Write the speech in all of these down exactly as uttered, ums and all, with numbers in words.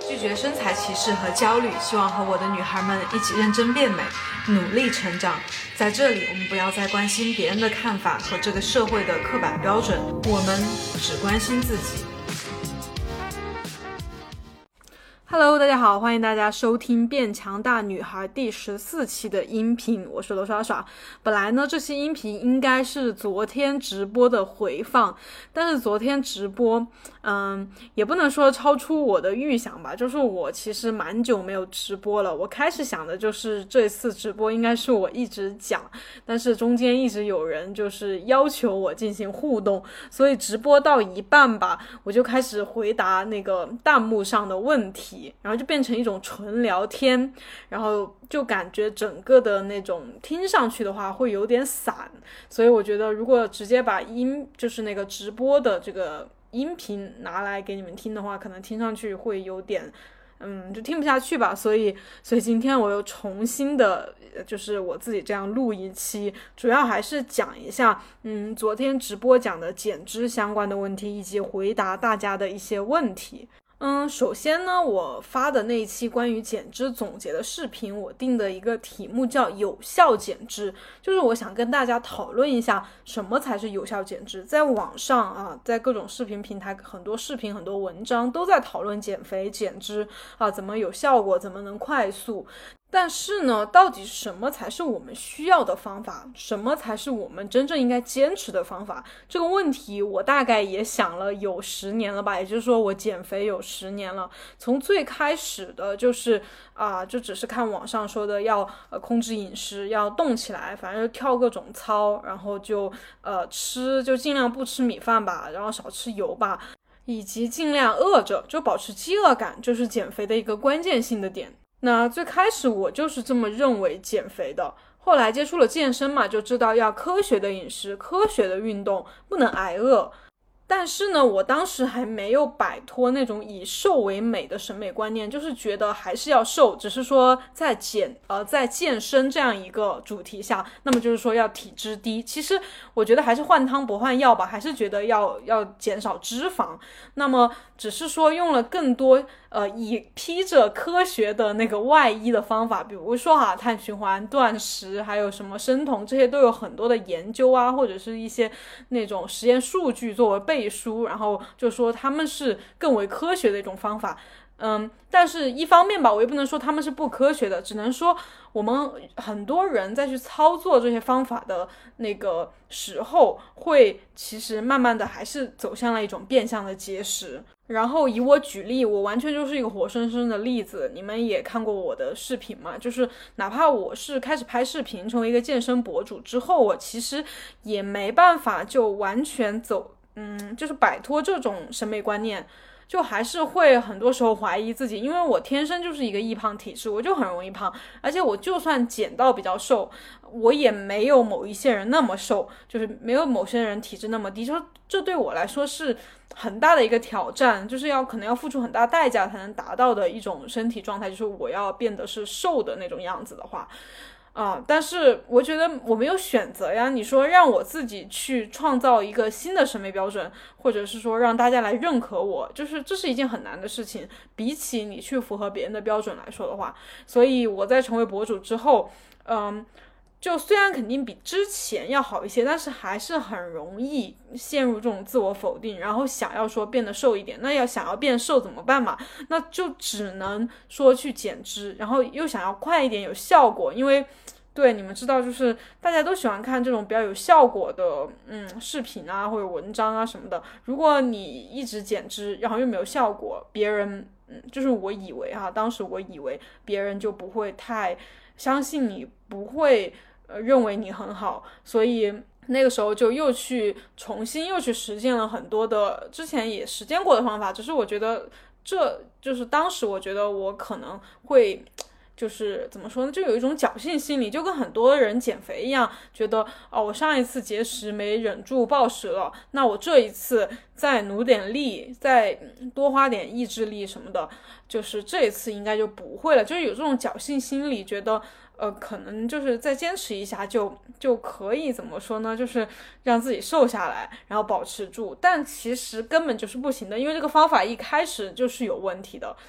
拒绝身材歧视和焦虑，希望和我的女孩们一起认真变美，努力成长。在这里，我们不要再关心别人的看法和这个社会的刻板标准，我们只关心自己。Hello， 大家好，欢迎大家收听变强大女孩第十四期的音频，我是罗耍耍。本来呢，这期音频应该是昨天直播的回放，但是昨天直播，嗯，也不能说超出我的预想吧，就是我其实蛮久没有直播了。我开始想的就是这次直播应该是我一直讲，但是中间一直有人就是要求我进行互动，所以直播到一半吧，我就开始回答那个弹幕上的问题。然后就变成一种纯聊天，然后就感觉整个的那种听上去的话会有点散，所以我觉得如果直接把音就是那个直播的这个音频拿来给你们听的话，可能听上去会有点嗯，就听不下去吧，所以所以今天我又重新的就是我自己这样录一期，主要还是讲一下嗯，昨天直播讲的减脂相关的问题，以及回答大家的一些问题。嗯，首先呢，我发的那一期关于减脂总结的视频，我定的一个题目叫有效减脂，就是我想跟大家讨论一下什么才是有效减脂。在网上啊，在各种视频平台，很多视频很多文章都在讨论减肥减脂啊，怎么有效果，怎么能快速。但是呢，到底什么才是我们需要的方法？什么才是我们真正应该坚持的方法？这个问题我大概也想了有十年了吧，也就是说我减肥有十年了。从最开始的就是啊、呃，就只是看网上说的要呃控制饮食，要动起来，反正就跳各种操，然后就呃吃就尽量不吃米饭吧，然后少吃油吧，以及尽量饿着，就保持饥饿感，就是减肥的一个关键性的点。那最开始我就是这么认为减肥的，后来接触了健身嘛，就知道要科学的饮食，科学的运动，不能挨饿。但是呢，我当时还没有摆脱那种以瘦为美的审美观念，就是觉得还是要瘦，只是说在减呃在健身这样一个主题下，那么就是说要体脂低。其实我觉得还是换汤不换药吧，还是觉得要要减少脂肪。那么只是说用了更多呃以披着科学的那个外衣的方法，比如说哈碳循环、断食，还有什么生酮，这些都有很多的研究啊，或者是一些那种实验数据作为背书，然后就说他们是更为科学的一种方法。嗯，但是一方面吧，我也不能说他们是不科学的，只能说我们很多人在去操作这些方法的那个时候，会其实慢慢的还是走向了一种变相的节食。然后以我举例，我完全就是一个活生生的例子，你们也看过我的视频嘛，就是哪怕我是开始拍视频成为一个健身博主之后，我其实也没办法就完全走嗯，就是摆脱这种审美观念，就还是会很多时候怀疑自己，因为我天生就是一个易胖体质，我就很容易胖，而且我就算减到比较瘦，我也没有某一些人那么瘦，就是没有某些人体质那么低，就这对我来说是很大的一个挑战，就是要可能要付出很大代价才能达到的一种身体状态，就是我要变得是瘦的那种样子的话啊，但是我觉得我没有选择呀。你说让我自己去创造一个新的审美标准，或者是说让大家来认可我，就是这是一件很难的事情，比起你去符合别人的标准来说的话。所以我在成为博主之后，嗯，就虽然肯定比之前要好一些，但是还是很容易陷入这种自我否定，然后想要说变得瘦一点，那要想要变瘦怎么办嘛？那就只能说去减脂，然后又想要快一点有效果，因为对你们知道，就是大家都喜欢看这种比较有效果的嗯视频啊或者文章啊什么的。如果你一直减脂，然后又没有效果，别人嗯就是我以为哈、啊，当时我以为别人就不会太相信你，不会呃认为你很好，所以那个时候就又去重新又去实践了很多的之前也实践过的方法，只是我觉得这就是当时我觉得我可能会就是怎么说呢，就有一种侥幸心理，就跟很多人减肥一样，觉得哦，我上一次节食没忍住暴食了，那我这一次再努点力，再多花点意志力什么的，就是这一次应该就不会了，就是有这种侥幸心理，觉得呃，可能就是再坚持一下就就可以怎么说呢，就是让自己瘦下来，然后保持住，但其实根本就是不行的，因为这个方法一开始就是有问题的。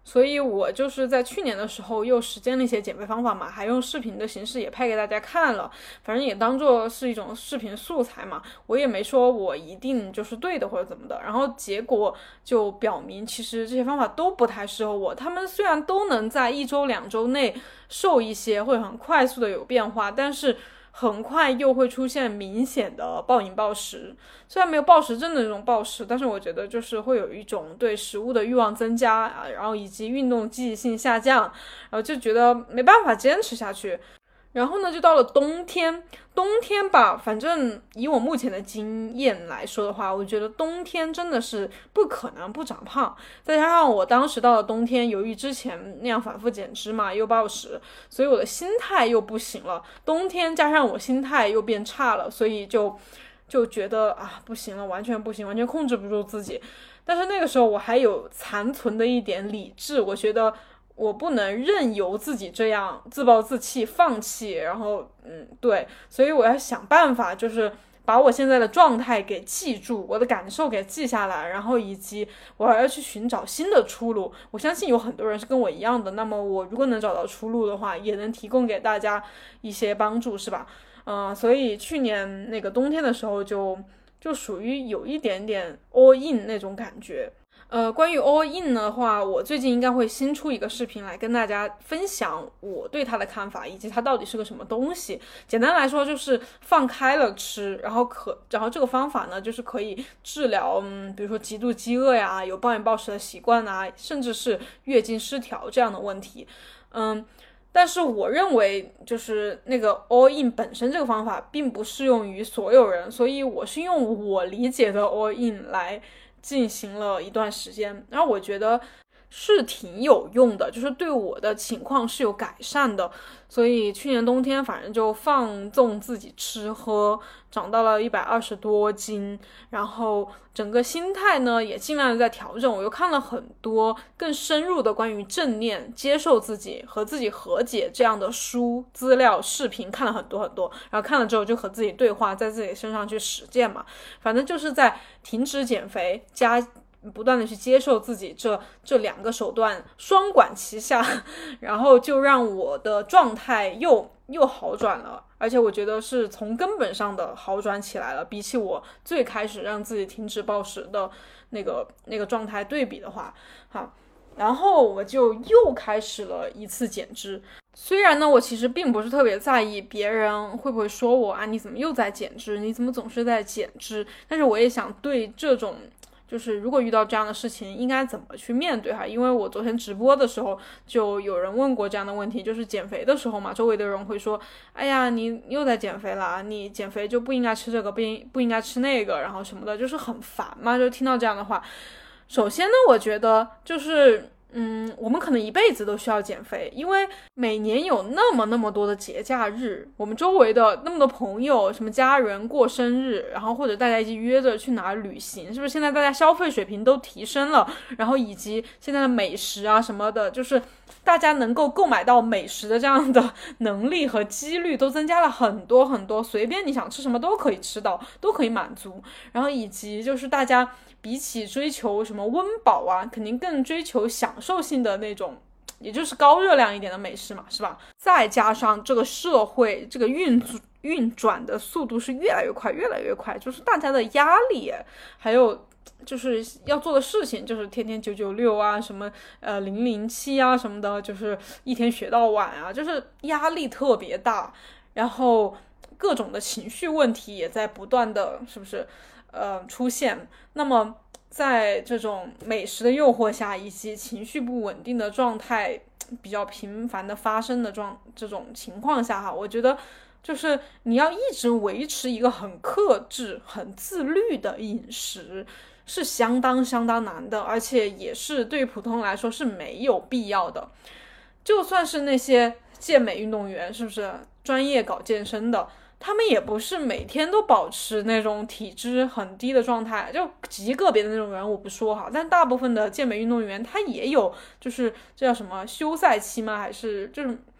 所以我就是在去年的时候又实践了一些减肥方法嘛，还用视频的形式也拍给大家看了，反正也当做是一种视频素材嘛，我也没说我一定就是对的或者怎么的，然后结果就表明其实这些方法都不太适合我，他们虽然都能在一周两周内瘦一些，会很快速的有变化，但是很快又会出现明显的暴饮暴食，虽然没有暴食症的那种暴食，但是我觉得就是会有一种对食物的欲望增加啊，然后以及运动积极性下降，然后就觉得没办法坚持下去。然后呢，就到了冬天，冬天吧，反正以我目前的经验来说的话，我觉得冬天真的是不可能不长胖。再加上我当时到了冬天，由于之前那样反复减脂嘛，又暴食，所以我的心态又不行了。冬天加上我心态又变差了，所以就就觉得啊，不行了，完全不行，完全控制不住自己。但是那个时候我还有残存的一点理智，我觉得我不能任由自己这样自暴自弃放弃，然后嗯对，所以我要想办法，就是把我现在的状态给记住，我的感受给记下来，然后以及我还要去寻找新的出路。我相信有很多人是跟我一样的，那么我如果能找到出路的话，也能提供给大家一些帮助，是吧？嗯、呃，所以去年那个冬天的时候就就属于有一点点 all in 那种感觉。呃，关于 all in 的话，我最近应该会新出一个视频来跟大家分享我对它的看法，以及它到底是个什么东西。简单来说就是放开了吃，然后可，然后这个方法呢，就是可以治疗，嗯，比如说极度饥饿呀，有暴饮暴食的习惯啊，甚至是月经失调这样的问题。嗯，但是我认为就是那个 all in 本身这个方法并不适用于所有人，所以我是用我理解的 all in 来进行了一段时间，然后我觉得是挺有用的，就是对我的情况是有改善的，所以去年冬天反正就放纵自己吃喝，长到了一百二十多斤，然后整个心态呢也尽量的在调整。我又看了很多更深入的关于正念、接受自己和自己和解这样的书、资料、视频，看了很多很多，然后看了之后就和自己对话，在自己身上去实践嘛。反正就是在停止减肥加不断的去接受自己，这这两个手段双管齐下，然后就让我的状态又又好转了，而且我觉得是从根本上的好转起来了，比起我最开始让自己停止暴食的那个那个状态对比的话，好，然后我就又开始了一次减脂。虽然呢，我其实并不是特别在意别人会不会说我啊，你怎么又在减脂？你怎么总是在减脂？但是我也想对这种就是如果遇到这样的事情应该怎么去面对哈，因为我昨天直播的时候就有人问过这样的问题，就是减肥的时候嘛，周围的人会说，哎呀你又在减肥了，你减肥就不应该吃这个，不应不应该吃那个，然后什么的，就是很烦嘛，就听到这样的话。首先呢，我觉得就是嗯，我们可能一辈子都需要减肥，因为每年有那么那么多的节假日，我们周围的那么多朋友，什么家人过生日，然后或者大家一起约着去哪旅行，是不是现在大家消费水平都提升了，然后以及现在的美食啊什么的，就是大家能够购买到美食的这样的能力和几率都增加了很多很多，随便你想吃什么都可以吃到，都可以满足，然后以及就是大家比起追求什么温饱啊，肯定更追求享受性的那种，也就是高热量一点的美食嘛，是吧？再加上这个社会这个运运转的速度是越来越快越来越快，就是大家的压力还有就是要做的事情，就是天天九九六啊，什么呃零零七啊什么的，就是一天学到晚啊，就是压力特别大，然后各种的情绪问题也在不断的是不是呃出现。那么在这种美食的诱惑下，以及情绪不稳定的状态比较频繁的发生的状这种情况下哈，我觉得就是你要一直维持一个很克制、很自律的饮食是相当相当难的，而且也是对普通人来说是没有必要的。就算是那些健美运动员，是不是专业搞健身的，他们也不是每天都保持那种体脂很低的状态，就极个别的那种人我不说哈，但大部分的健美运动员他也有就是这叫什么休赛期吗？还是就是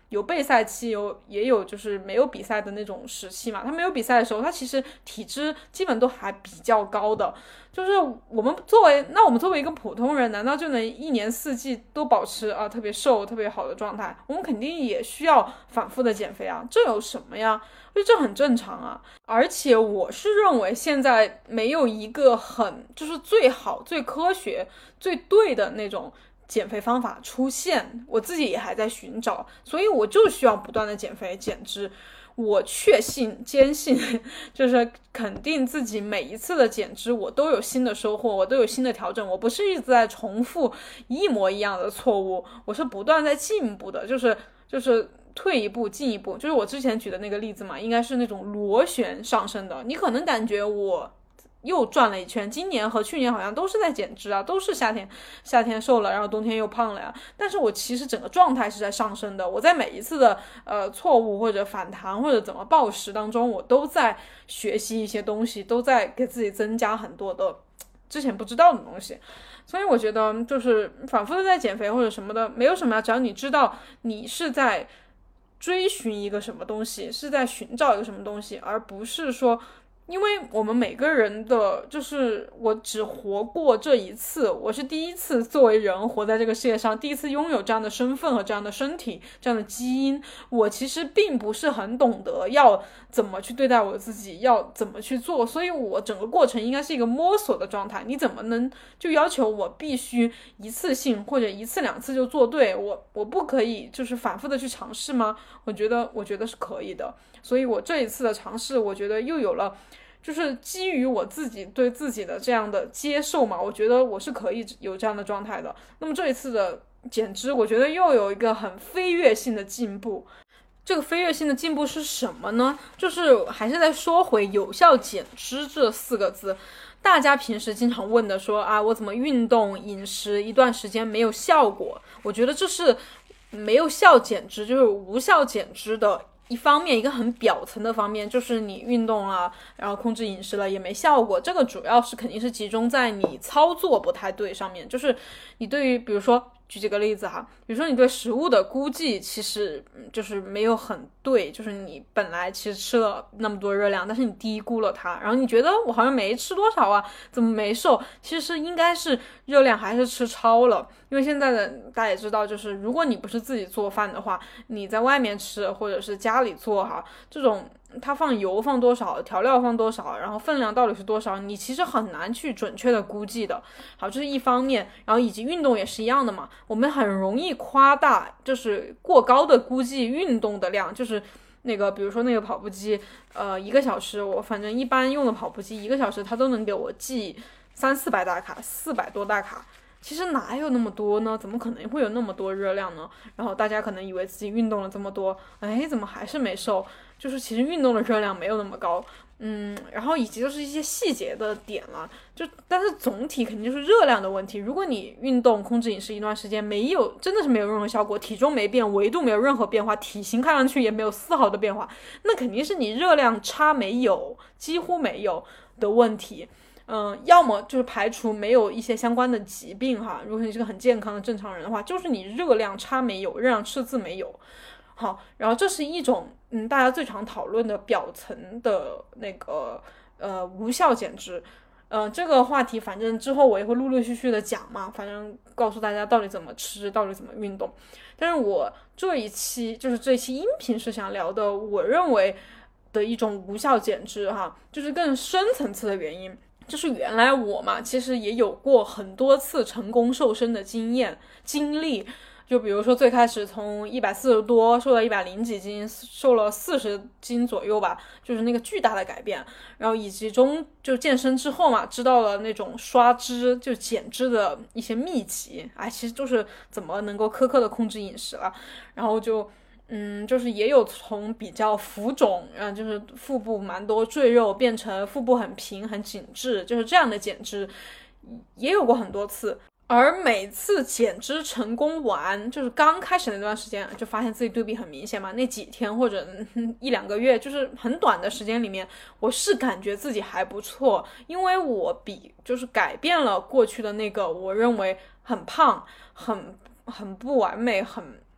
有备赛期，有也有就是没有比赛的那种时期嘛。他没有比赛的时候，他其实体脂基本都还比较高的。就是我们作为那我们作为一个普通人，难道就能一年四季都保持啊特别瘦特别好的状态？我们肯定也需要反复的减肥啊，这有什么呀？就这很正常啊。而且我是认为现在没有一个很就是最好最科学最对的那种减肥方法出现，我自己也还在寻找，所以我就需要不断的减肥减脂。我确信坚信就是肯定自己每一次的减脂我都有新的收获，我都有新的调整，我不是一直在重复一模一样的错误，我是不断在进步的，就是就是退一步进一步。就是我之前举的那个例子嘛，应该是那种螺旋上升的，你可能感觉我又转了一圈，今年和去年好像都是在减脂啊，都是夏天夏天瘦了，然后冬天又胖了呀。但是我其实整个状态是在上升的，我在每一次的呃错误或者反弹或者怎么暴食当中，我都在学习一些东西，都在给自己增加很多的之前不知道的东西。所以我觉得就是反复的在减肥或者什么的没有什么呀，只要你知道你是在追寻一个什么东西，是在寻找一个什么东西，而不是说因为我们每个人的就是我只活过这一次，我是第一次作为人活在这个世界上，第一次拥有这样的身份和这样的身体这样的基因，我其实并不是很懂得要怎么去对待我自己，要怎么去做，所以我整个过程应该是一个摸索的状态。你怎么能就要求我必须一次性或者一次两次就做对，我我不可以就是反复的去尝试吗？我觉得我觉得是可以的。所以我这一次的尝试，我觉得又有了就是基于我自己对自己的这样的接受嘛，我觉得我是可以有这样的状态的。那么这一次的减脂，我觉得又有一个很飞跃性的进步。这个飞跃性的进步是什么呢？就是还是在说回有效减脂这四个字。大家平时经常问的说啊，我怎么运动饮食一段时间没有效果，我觉得这是没有效减脂，就是无效减脂的一方面，一个很表层的方面，就是你运动了，然后控制饮食了也没效果，这个主要是肯定是集中在你操作不太对上面。就是你对于比如说举几个例子哈，比如说你对食物的估计其实就是没有很对，就是你本来其实吃了那么多热量，但是你低估了它，然后你觉得我好像没吃多少啊，怎么没瘦，其实应该是热量还是吃超了。因为现在的大家也知道，就是如果你不是自己做饭的话，你在外面吃或者是家里做哈，这种它放油放多少，调料放多少，然后分量到底是多少，你其实很难去准确的估计的。好，这是一方面，然后以及运动也是一样的嘛，我们很容易夸大，就是过高的估计运动的量，就是那个比如说那个跑步机，呃，一个小时我反正一般用的跑步机一个小时它都能给我记三四百大卡，四百多大卡。其实哪有那么多呢？怎么可能会有那么多热量呢？然后大家可能以为自己运动了这么多，哎，怎么还是没瘦？就是其实运动的热量没有那么高，嗯，然后以及就是一些细节的点了，就但是总体肯定就是热量的问题。如果你运动控制饮食一段时间没有，真的是没有任何效果，体重没变，维度没有任何变化，体型看上去也没有丝毫的变化，那肯定是你热量差没有，几乎没有的问题。嗯，要么就是排除没有一些相关的疾病哈，如果你是个很健康的正常人的话，就是你热量差没有，热量赤字没有。好，然后这是一种嗯大家最常讨论的表层的那个呃无效减脂。呃，这个话题反正之后我也会陆陆续续的讲嘛，反正告诉大家到底怎么吃，到底怎么运动。但是我这一期就是这一期音频是想聊的，我认为的一种无效减脂哈，就是更深层次的原因。就是原来我嘛，其实也有过很多次成功瘦身的经验经历，就比如说最开始从一百四十多瘦到一百零几斤，瘦了四十斤左右吧，就是那个巨大的改变。然后以及中就健身之后嘛，知道了那种刷脂就减脂的一些秘籍，哎，其实就是怎么能够苛刻的控制饮食了，然后就。嗯，就是也有从比较浮肿，嗯，就是腹部蛮多赘肉变成腹部很平很紧致，就是这样的减脂也有过很多次。而每次减脂成功完，就是刚开始那段时间就发现自己对比很明显嘛，那几天或者一两个月，就是很短的时间里面，我是感觉自己还不错，因为我比就是改变了过去的那个我认为很胖很很不完美很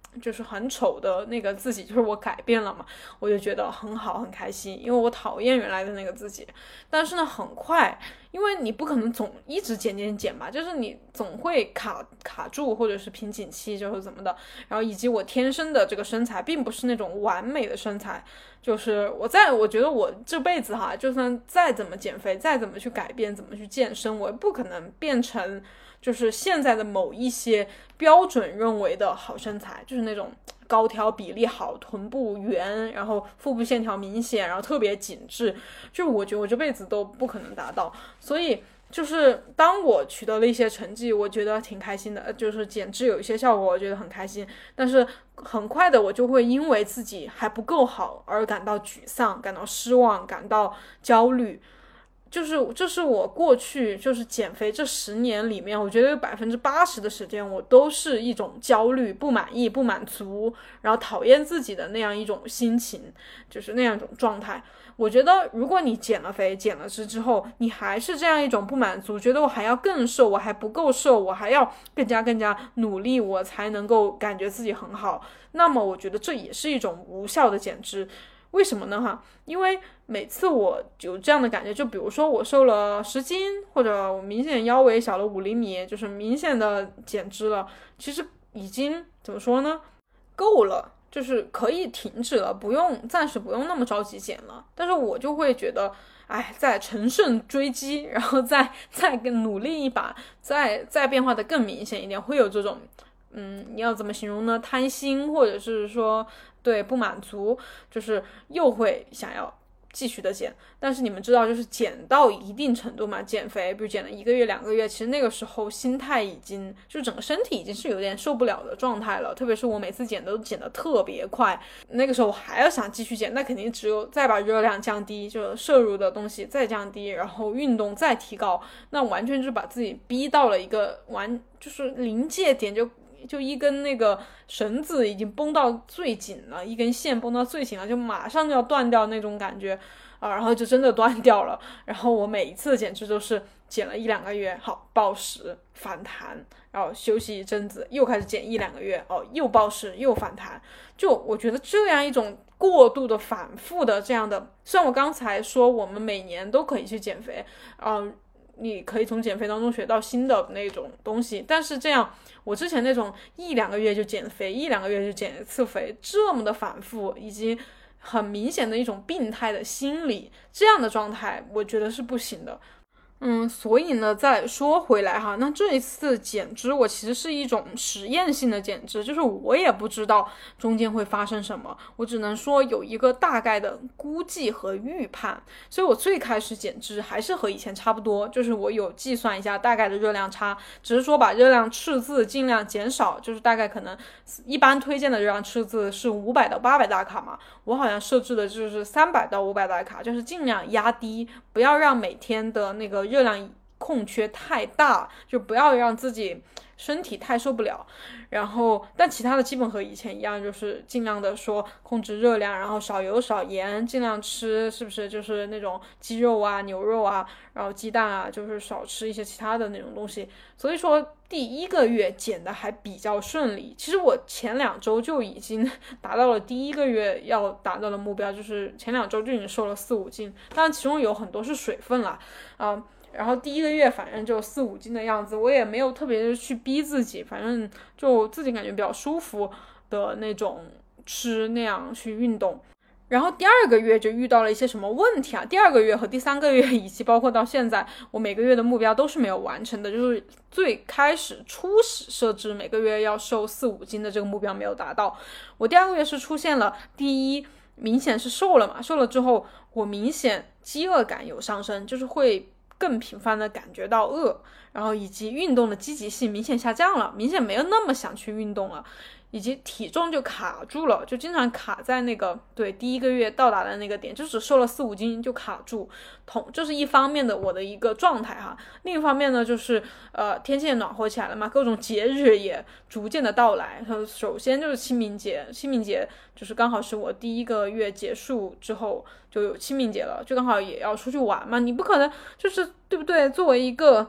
就是很丑的那个自己，就是我改变了嘛，我就觉得很好很开心，因为我讨厌原来的那个自己。但是呢很快，因为你不可能总一直减减减吧，就是你总会卡卡住或者是瓶颈期就是怎么的，然后以及我天生的这个身材并不是那种完美的身材，就是我在我觉得我这辈子哈，就算再怎么减肥，再怎么去改变，怎么去健身，我也不可能变成就是现在的某一些标准认为的好身材，就是那种高挑比例好，臀部圆，然后腹部线条明显，然后特别紧致，就我觉得我这辈子都不可能达到。所以就是当我取得了一些成绩，我觉得挺开心的，就是减脂有一些效果，我觉得很开心。但是很快的我就会因为自己还不够好而感到沮丧，感到失望，感到焦虑。就是这是我过去就是减肥这十年里面，我觉得有百分之八十的时间我都是一种焦虑、不满意、不满足，然后讨厌自己的那样一种心情，就是那样一种状态。我觉得如果你减了肥、减了脂之后，你还是这样一种不满足，觉得我还要更瘦，我还不够瘦，我还要更加更加努力，我才能够感觉自己很好，那么我觉得这也是一种无效的减脂。为什么呢哈？因为每次我有这样的感觉，就比如说我瘦了十斤，或者我明显腰围小了五厘米，就是明显的减脂了，其实已经怎么说呢，够了，就是可以停止了，不用暂时不用那么着急减了。但是我就会觉得哎，再乘胜追击，然后再再更努力一把，再再变化的更明显一点，会有这种嗯，你要怎么形容呢？贪心，或者是说对不满足，就是又会想要继续的减。但是你们知道，就是减到一定程度嘛，减肥比如减了一个月两个月，其实那个时候心态已经就整个身体已经是有点受不了的状态了。特别是我每次减都减得特别快，那个时候我还要想继续减，那肯定只有再把热量降低，就摄入的东西再降低，然后运动再提高，那完全就是把自己逼到了一个完就是临界点，就就一根那个绳子已经绷到最紧了，一根线绷到最紧了，就马上就要断掉那种感觉啊，然后就真的断掉了。然后我每一次减脂都是减了一两个月，好暴食反弹，然后休息一阵子，又开始减一两个月，哦，又暴食又反弹。就我觉得这样一种过度的反复的这样的，虽然我刚才说我们每年都可以去减肥，呃你可以从减肥当中学到新的那种东西，但是这样我之前那种一两个月就减肥，一两个月就减一次肥，这么的反复，以及很明显的一种病态的心理，这样的状态我觉得是不行的。嗯，所以呢，再说回来哈，那这一次减脂我其实是一种实验性的减脂，就是我也不知道中间会发生什么，我只能说有一个大概的估计和预判。所以我最开始减脂还是和以前差不多，就是我有计算一下大概的热量差，只是说把热量赤字尽量减少，就是大概可能一般推荐的热量赤字是五百到八百大卡嘛，我好像设置的就是三百到五百大卡，就是尽量压低，不要让每天的那个热量空缺太大，就不要让自己身体太受不了。然后但其他的基本和以前一样，就是尽量的说控制热量，然后少油少盐，尽量吃是不是就是那种鸡肉啊牛肉啊，然后鸡蛋啊，就是少吃一些其他的那种东西。所以说第一个月减的还比较顺利，其实我前两周就已经达到了第一个月要达到的目标，就是前两周就已经瘦了四五斤，当然其中有很多是水分啦啊、呃然后第一个月反正就四五斤的样子，我也没有特别的去逼自己，反正就自己感觉比较舒服的那种吃，那样去运动。然后第二个月就遇到了一些什么问题啊？第二个月和第三个月以及包括到现在，我每个月的目标都是没有完成的，就是最开始初始设置每个月要瘦四五斤的这个目标没有达到。我第二个月是出现了第一，明显是瘦了嘛，瘦了之后我明显饥饿感有上升，就是会更频繁的感觉到饿，然后以及运动的积极性明显下降了，明显没有那么想去运动了，以及体重就卡住了，就经常卡在那个对第一个月到达的那个点，就只瘦了四五斤就卡住。同这是一方面的我的一个状态哈，另一方面呢就是呃天气也暖和起来了嘛，各种节日也逐渐的到来。首先就是清明节，清明节就是刚好是我第一个月结束之后就有清明节了，就刚好也要出去玩嘛，你不可能就是对不对？作为一个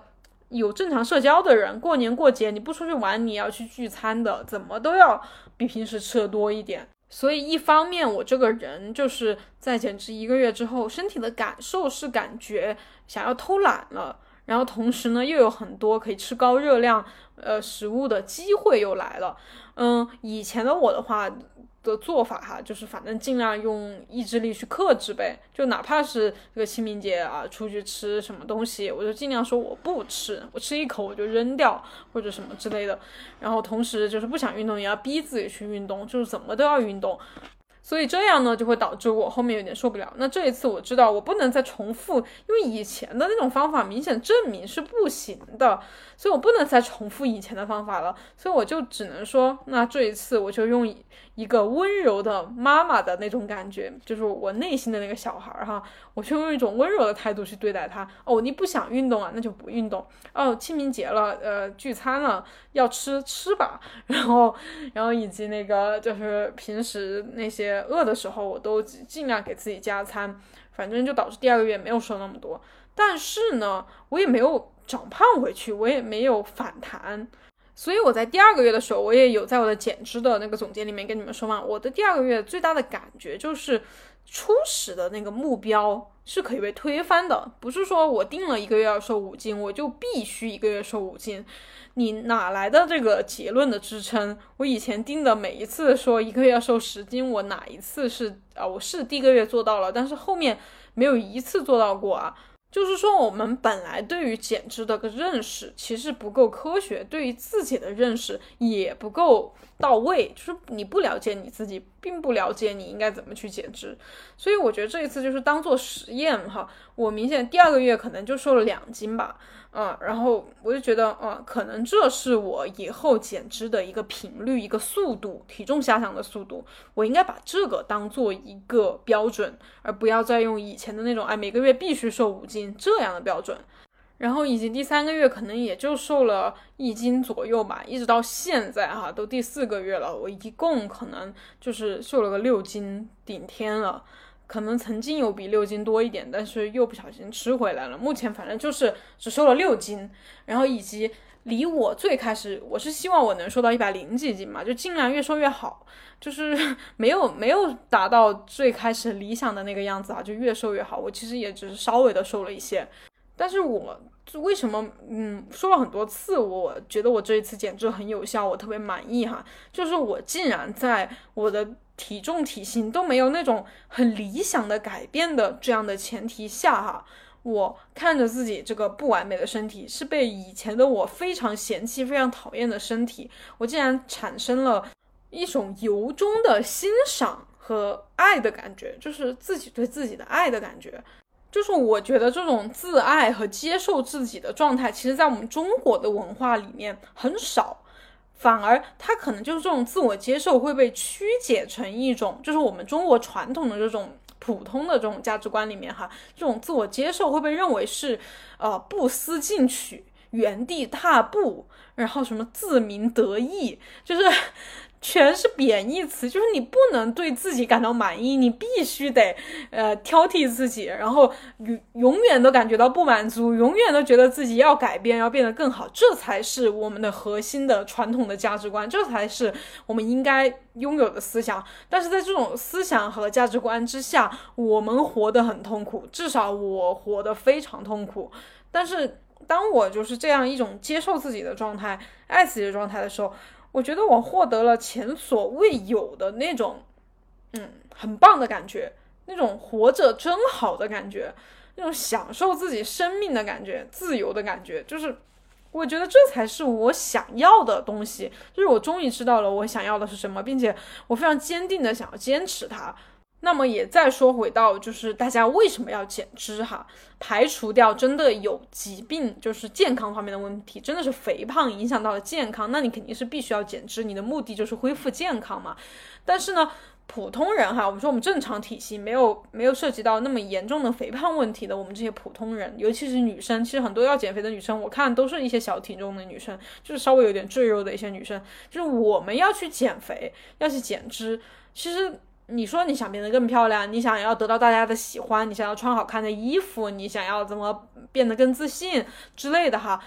有正常社交的人，过年过节你不出去玩，你要去聚餐的，怎么都要比平时吃的多一点。所以一方面我这个人就是在减脂一个月之后，身体的感受是感觉想要偷懒了，然后同时呢又有很多可以吃高热量呃食物的机会又来了。嗯，以前的我的话的做法哈，就是反正尽量用意志力去克制呗，就哪怕是这个清明节啊，出去吃什么东西，我就尽量说我不吃，我吃一口我就扔掉或者什么之类的。然后同时就是不想运动也要逼自己去运动，就是怎么都要运动。所以这样呢就会导致我后面有点受不了。那这一次我知道我不能再重复，因为以前的那种方法明显证明是不行的，所以我不能再重复以前的方法了。所以我就只能说，那这一次我就用一个温柔的妈妈的那种感觉，就是我内心的那个小孩哈，我就用一种温柔的态度去对待他。哦，你不想运动啊，那就不运动。哦，清明节了，呃，聚餐了，要吃吃吧。然后，然后以及那个就是平时那些饿的时候，我都尽量给自己加餐，反正就导致第二个月没有瘦那么多。但是呢，我也没有长胖回去，我也没有反弹。所以我在第二个月的时候，我也有在我的减脂的那个总结里面跟你们说嘛，我的第二个月最大的感觉就是初始的那个目标是可以被推翻的，不是说我定了一个月要瘦五斤，我就必须一个月瘦五斤。你哪来的这个结论的支撑？我以前定的每一次说一个月要瘦十斤，我哪一次是啊？我是第一个月做到了，但是后面没有一次做到过啊。就是说我们本来对于减脂的个认识其实不够科学，对于自己的认识也不够到位，就是你不了解你自己，并不了解你应该怎么去减脂。所以我觉得这一次就是当做实验哈，我明显第二个月可能就瘦了两斤吧，嗯，然后我就觉得嗯，可能这是我以后减脂的一个频率，一个速度，体重下降的速度，我应该把这个当做一个标准，而不要再用以前的那种哎每个月必须瘦五斤这样的标准。然后以及第三个月可能也就瘦了一斤左右吧，一直到现在哈，都第四个月了，我一共可能就是瘦了个六斤顶天了，可能曾经有比六斤多一点，但是又不小心吃回来了。目前反正就是只瘦了六斤，然后以及离我最开始我是希望我能瘦到一百零几斤嘛，就尽量越瘦越好，就是没有没有达到最开始理想的那个样子啊，就越瘦越好。我其实也只是稍微的瘦了一些。但是我为什么嗯说了很多次我觉得我这一次减脂很有效，我特别满意哈，就是我竟然在我的体重体型都没有那种很理想的改变的这样的前提下哈，我看着自己这个不完美的身体，是被以前的我非常嫌弃非常讨厌的身体，我竟然产生了一种由衷的欣赏和爱的感觉，就是自己对自己的爱的感觉。就是我觉得这种自爱和接受自己的状态，其实在我们中国的文化里面很少，反而它可能就是这种自我接受会被曲解成一种，就是我们中国传统的这种普通的这种价值观里面哈，这种自我接受会被认为是呃不思进取、原地踏步，然后什么自鸣得意，就是全是贬义词，就是你不能对自己感到满意，你必须得呃挑剔自己，然后永远都感觉到不满足，永远都觉得自己要改变，要变得更好，这才是我们的核心的传统的价值观，这才是我们应该拥有的思想。但是在这种思想和价值观之下，我们活得很痛苦，至少我活得非常痛苦。但是当我就是这样一种接受自己的状态，爱自己的状态的时候，我觉得我获得了前所未有的那种嗯，很棒的感觉，那种活着真好的感觉，那种享受自己生命的感觉，自由的感觉，就是我觉得这才是我想要的东西，就是我终于知道了我想要的是什么，并且我非常坚定的想要坚持它。那么也再说回到就是大家为什么要减脂哈，排除掉真的有疾病就是健康方面的问题，真的是肥胖影响到了健康，那你肯定是必须要减脂，你的目的就是恢复健康嘛。但是呢普通人哈，我们说我们正常体型没有没有涉及到那么严重的肥胖问题的，我们这些普通人，尤其是女生，其实很多要减肥的女生我看都是一些小体重的女生，就是稍微有点赘肉的一些女生，就是我们要去减肥要去减脂，其实你说你想变得更漂亮，你想要得到大家的喜欢，你想要穿好看的衣服，你想要怎么变得更自信之类的哈，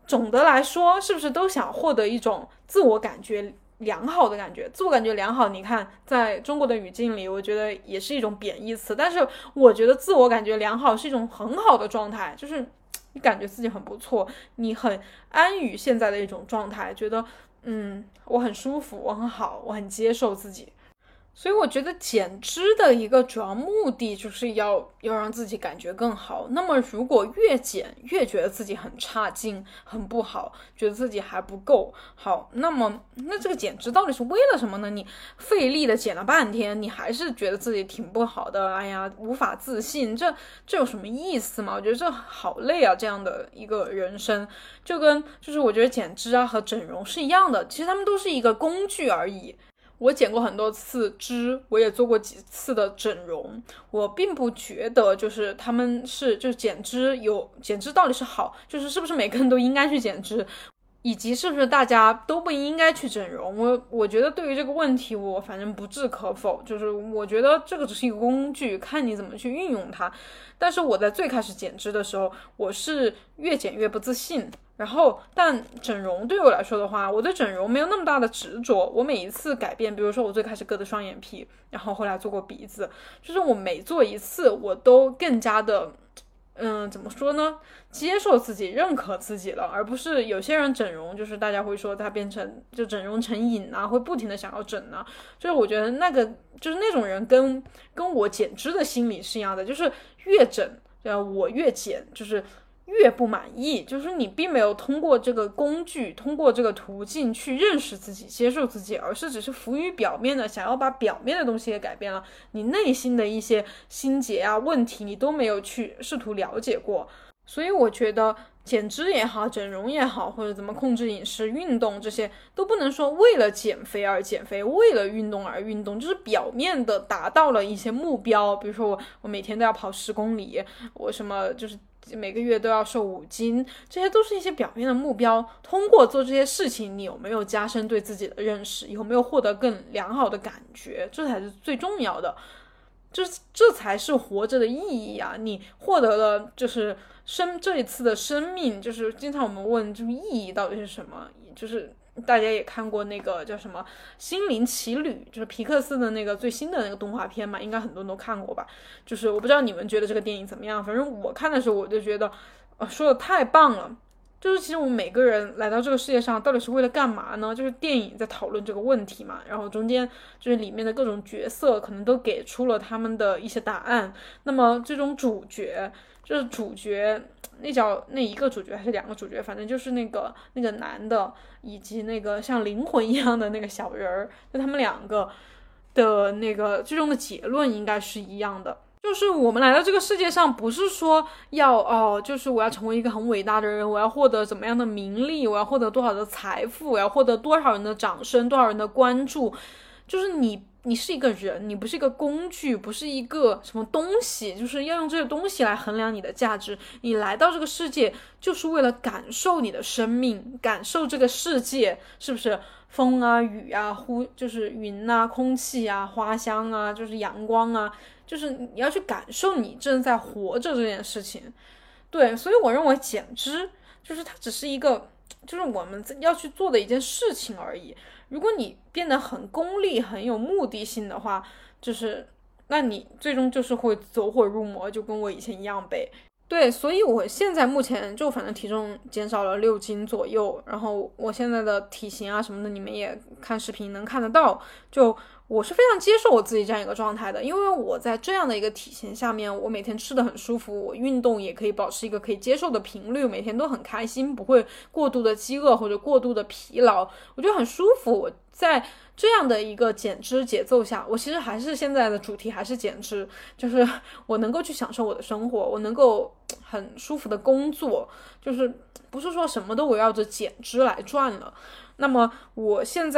总的来说是不是都想获得一种自我感觉良好的感觉？自我感觉良好，你看在中国的语境里我觉得也是一种贬义词，但是我觉得自我感觉良好是一种很好的状态，就是你感觉自己很不错，你很安于现在的一种状态，觉得嗯我很舒服，我很好，我很接受自己。所以我觉得减脂的一个主要目的就是要要让自己感觉更好。那么如果越减越觉得自己很差劲，很不好，觉得自己还不够好，那么那这个减脂到底是为了什么呢？你费力的减了半天，你还是觉得自己挺不好的，哎呀无法自信，这这有什么意思吗？我觉得这好累啊，这样的一个人生。就跟就是我觉得减脂啊和整容是一样的，其实他们都是一个工具而已。我减过很多次脂，我也做过几次的整容，我并不觉得就是他们是就是减脂有减脂到底是好，就是是不是每个人都应该去减脂，以及是不是大家都不应该去整容。我我觉得对于这个问题我反正不置可否，就是我觉得这个只是一个工具，看你怎么去运用它。但是我在最开始减脂的时候，我是越减越不自信，然后但整容对我来说的话，我对整容没有那么大的执着。我每一次改变，比如说我最开始割的双眼皮，然后后来做过鼻子，就是我每做一次我都更加的嗯，怎么说呢？接受自己，认可自己了，而不是有些人整容，就是大家会说他变成就整容成瘾啊，会不停的想要整啊。就是我觉得那个就是那种人跟跟我减脂的心理是一样的，就是越整，呃，我越减，就是越不满意，就是你并没有通过这个工具，通过这个途径去认识自己，接受自己，而是只是浮于表面的想要把表面的东西给改变了，你内心的一些心结啊问题你都没有去试图了解过。所以我觉得减脂也好，整容也好，或者怎么控制饮食、运动，这些都不能说为了减肥而减肥，为了运动而运动，就是表面的达到了一些目标，比如说我我每天都要跑十公里，我什么就是每个月都要瘦五斤，这些都是一些表面的目标。通过做这些事情，你有没有加深对自己的认识，有没有获得更良好的感觉，这才是最重要的。这这才是活着的意义啊！你获得了就是生这一次的生命，就是经常我们问这个意义到底是什么，就是大家也看过那个叫什么《心灵奇旅》，就是皮克斯的那个最新的那个动画片嘛，应该很多人都看过吧。就是我不知道你们觉得这个电影怎么样，反正我看的时候我就觉得，呃，说的太棒了。就是其实我们每个人来到这个世界上到底是为了干嘛呢？就是电影在讨论这个问题嘛，然后中间就是里面的各种角色可能都给出了他们的一些答案。那么这种主角就是主角那叫那一个主角还是两个主角，反正就是那个那个男的以及那个像灵魂一样的那个小人儿，就他们两个的那个最终的结论应该是一样的。就是我们来到这个世界上，不是说要哦，就是我要成为一个很伟大的人，我要获得怎么样的名利，我要获得多少的财富，我要获得多少人的掌声，多少人的关注。就是你，你是一个人，你不是一个工具，不是一个什么东西，就是要用这个东西来衡量你的价值。你来到这个世界，就是为了感受你的生命，感受这个世界，是不是？风啊，雨啊，呼，就是云啊，空气啊，花香啊，就是阳光啊。就是你要去感受你正在活着这件事情。对，所以我认为减脂就是它只是一个就是我们要去做的一件事情而已。如果你变得很功利很有目的性的话，就是那你最终就是会走火入魔，就跟我以前一样呗。对，所以我现在目前就反正体重减少了六斤左右，然后我现在的体型啊什么的你们也看视频能看得到，就我是非常接受我自己这样一个状态的。因为我在这样的一个体型下面，我每天吃的很舒服，我运动也可以保持一个可以接受的频率，每天都很开心，不会过度的饥饿或者过度的疲劳，我觉得很舒服。我在这样的一个减脂节奏下，我其实还是现在的主题还是减脂，就是我能够去享受我的生活，我能够很舒服的工作，就是不是说什么都围绕着减脂来转了。那么我现在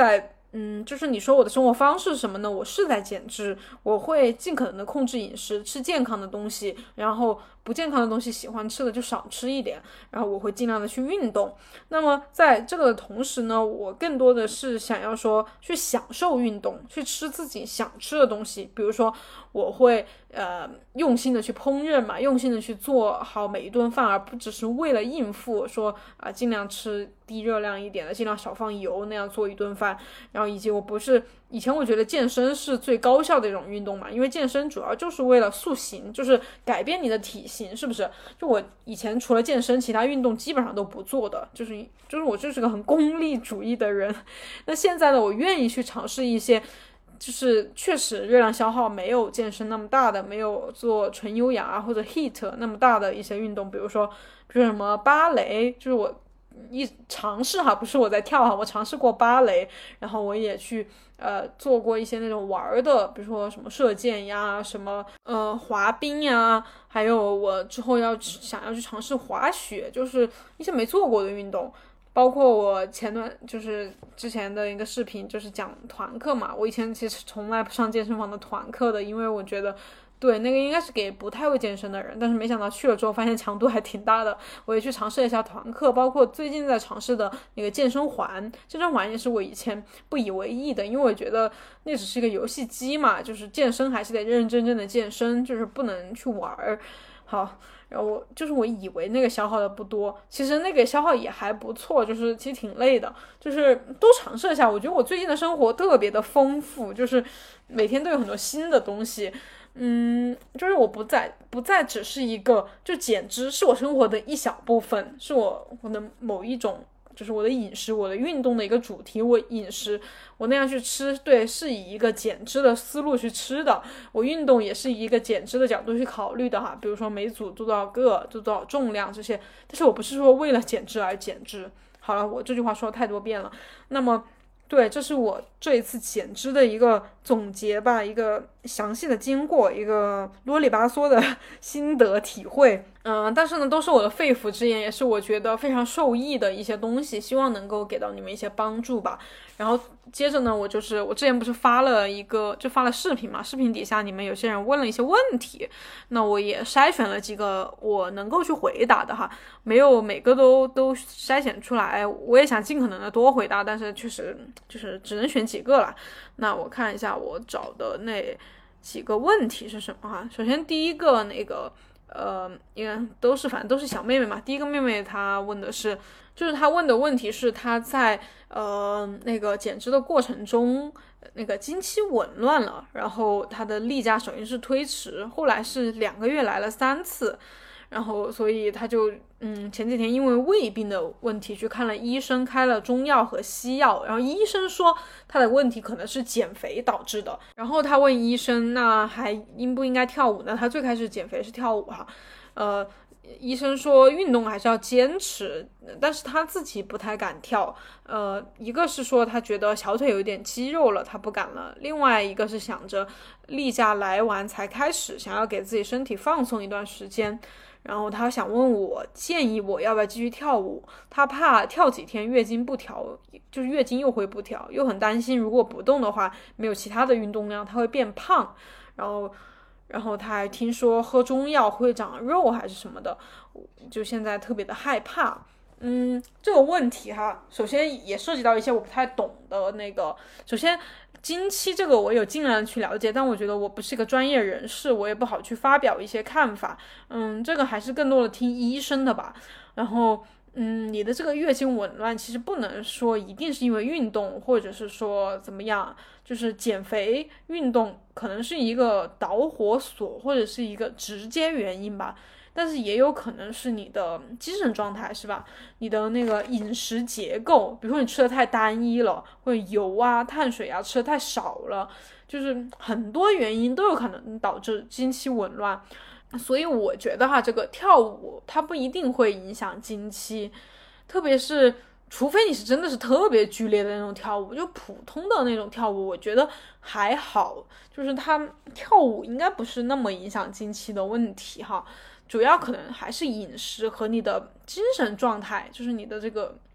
嗯，就是你说我的生活方式是什么呢？我是在减脂，我会尽可能的控制饮食，吃健康的东西，然后不健康的东西喜欢吃的就少吃一点，然后我会尽量的去运动。那么在这个的同时呢，我更多的是想要说去享受运动，去吃自己想吃的东西，比如说我会呃用心的去烹饪嘛，用心的去做好每一顿饭，而不只是为了应付说啊、呃、尽量吃低热量一点的，尽量少放油那样做一顿饭。然后以及我不是以前我觉得健身是最高效的一种运动嘛，因为健身主要就是为了塑形，就是改变你的体型，是不是？就我以前除了健身，其他运动基本上都不做的，就是就是我就是个很功利主义的人。那现在呢，我愿意去尝试一些。就是确实热量消耗没有健身那么大的，没有做纯有氧啊或者 heat 那么大的一些运动，比如说比如什么芭蕾，就是我一尝试哈，不是我在跳哈，我尝试过芭蕾，然后我也去呃做过一些那种玩的，比如说什么射箭呀，什么呃滑冰呀，还有我之后要想要去尝试滑雪，就是一些没做过的运动。包括我前段就是之前的一个视频，就是讲团课嘛。我以前其实从来不上健身房的团课的，因为我觉得对那个应该是给不太会健身的人，但是没想到去了之后发现强度还挺大的。我也去尝试了一下团课，包括最近在尝试的那个健身环。健身环也是我以前不以为意的，因为我觉得那只是一个游戏机嘛，就是健身还是得认认真真的健身，就是不能去玩儿。好。然后我就是我以为那个消耗的不多，其实那个消耗也还不错，就是其实挺累的，就是多尝试一下。我觉得我最近的生活特别的丰富，就是每天都有很多新的东西。嗯，就是我不再不再只是一个就减脂是我生活的一小部分，是我我的某一种。就是我的饮食，我的运动的一个主题，我饮食我那样去吃，对，是以一个减脂的思路去吃的。我运动也是以一个减脂的角度去考虑的哈，比如说每组做多少个，做多少重量这些。但是我不是说为了减脂而减脂。好了，我这句话说了太多遍了。那么，对，这是我这一次减脂的一个总结吧，一个详细的经过，一个啰里吧嗦的心得体会。嗯，但是呢，都是我的肺腑之言，也是我觉得非常受益的一些东西，希望能够给到你们一些帮助吧。然后接着呢，我就是我之前不是发了一个，就发了视频嘛，视频底下你们有些人问了一些问题，那我也筛选了几个我能够去回答的哈，没有每个都都筛选出来，我也想尽可能的多回答，但是确实就是只能选几个了。那我看一下我找的那几个问题是什么哈。首先第一个那个。呃，应该都是，反正都是小妹妹嘛。第一个妹妹她问的是，就是她问的问题是她在呃那个减脂的过程中，那个经期紊乱了，然后她的例假首先是推迟，后来是两个月来了三次，然后所以她就嗯前几天因为胃病的问题去看了医生，开了中药和西药，然后医生说她的问题可能是减肥导致的，然后她问医生那还应不应该跳舞呢？她最开始减肥是跳舞哈，呃。医生说运动还是要坚持，但是他自己不太敢跳。呃，一个是说他觉得小腿有点肌肉了，他不敢了；另外一个是想着例假来完才开始，想要给自己身体放松一段时间。然后他想问我建议我要不要继续跳舞，他怕跳几天月经不调，就是月经又会不调，又很担心如果不动的话，没有其他的运动量，他会变胖。然后。然后他还听说喝中药会长肉还是什么的，就现在特别的害怕。嗯，这个问题哈，首先也涉及到一些我不太懂的那个，首先经期这个我有尽量去了解，但我觉得我不是一个专业人士，我也不好去发表一些看法。嗯，这个还是更多的听医生的吧。然后嗯，你的这个月经紊乱其实不能说一定是因为运动，或者是说怎么样，就是减肥运动可能是一个导火索或者是一个直接原因吧，但是也有可能是你的精神状态，是吧？你的那个饮食结构，比如说你吃的太单一了，或者油啊、碳水啊吃的太少了，就是很多原因都有可能导致经期紊乱。所以我觉得哈，这个跳舞它不一定会影响经期，特别是除非你是真的是特别剧烈的那种跳舞，就普通的那种跳舞，我觉得还好，就是它跳舞应该不是那么影响经期的问题哈，主要可能还是饮食和你的精神状态，就是你的这个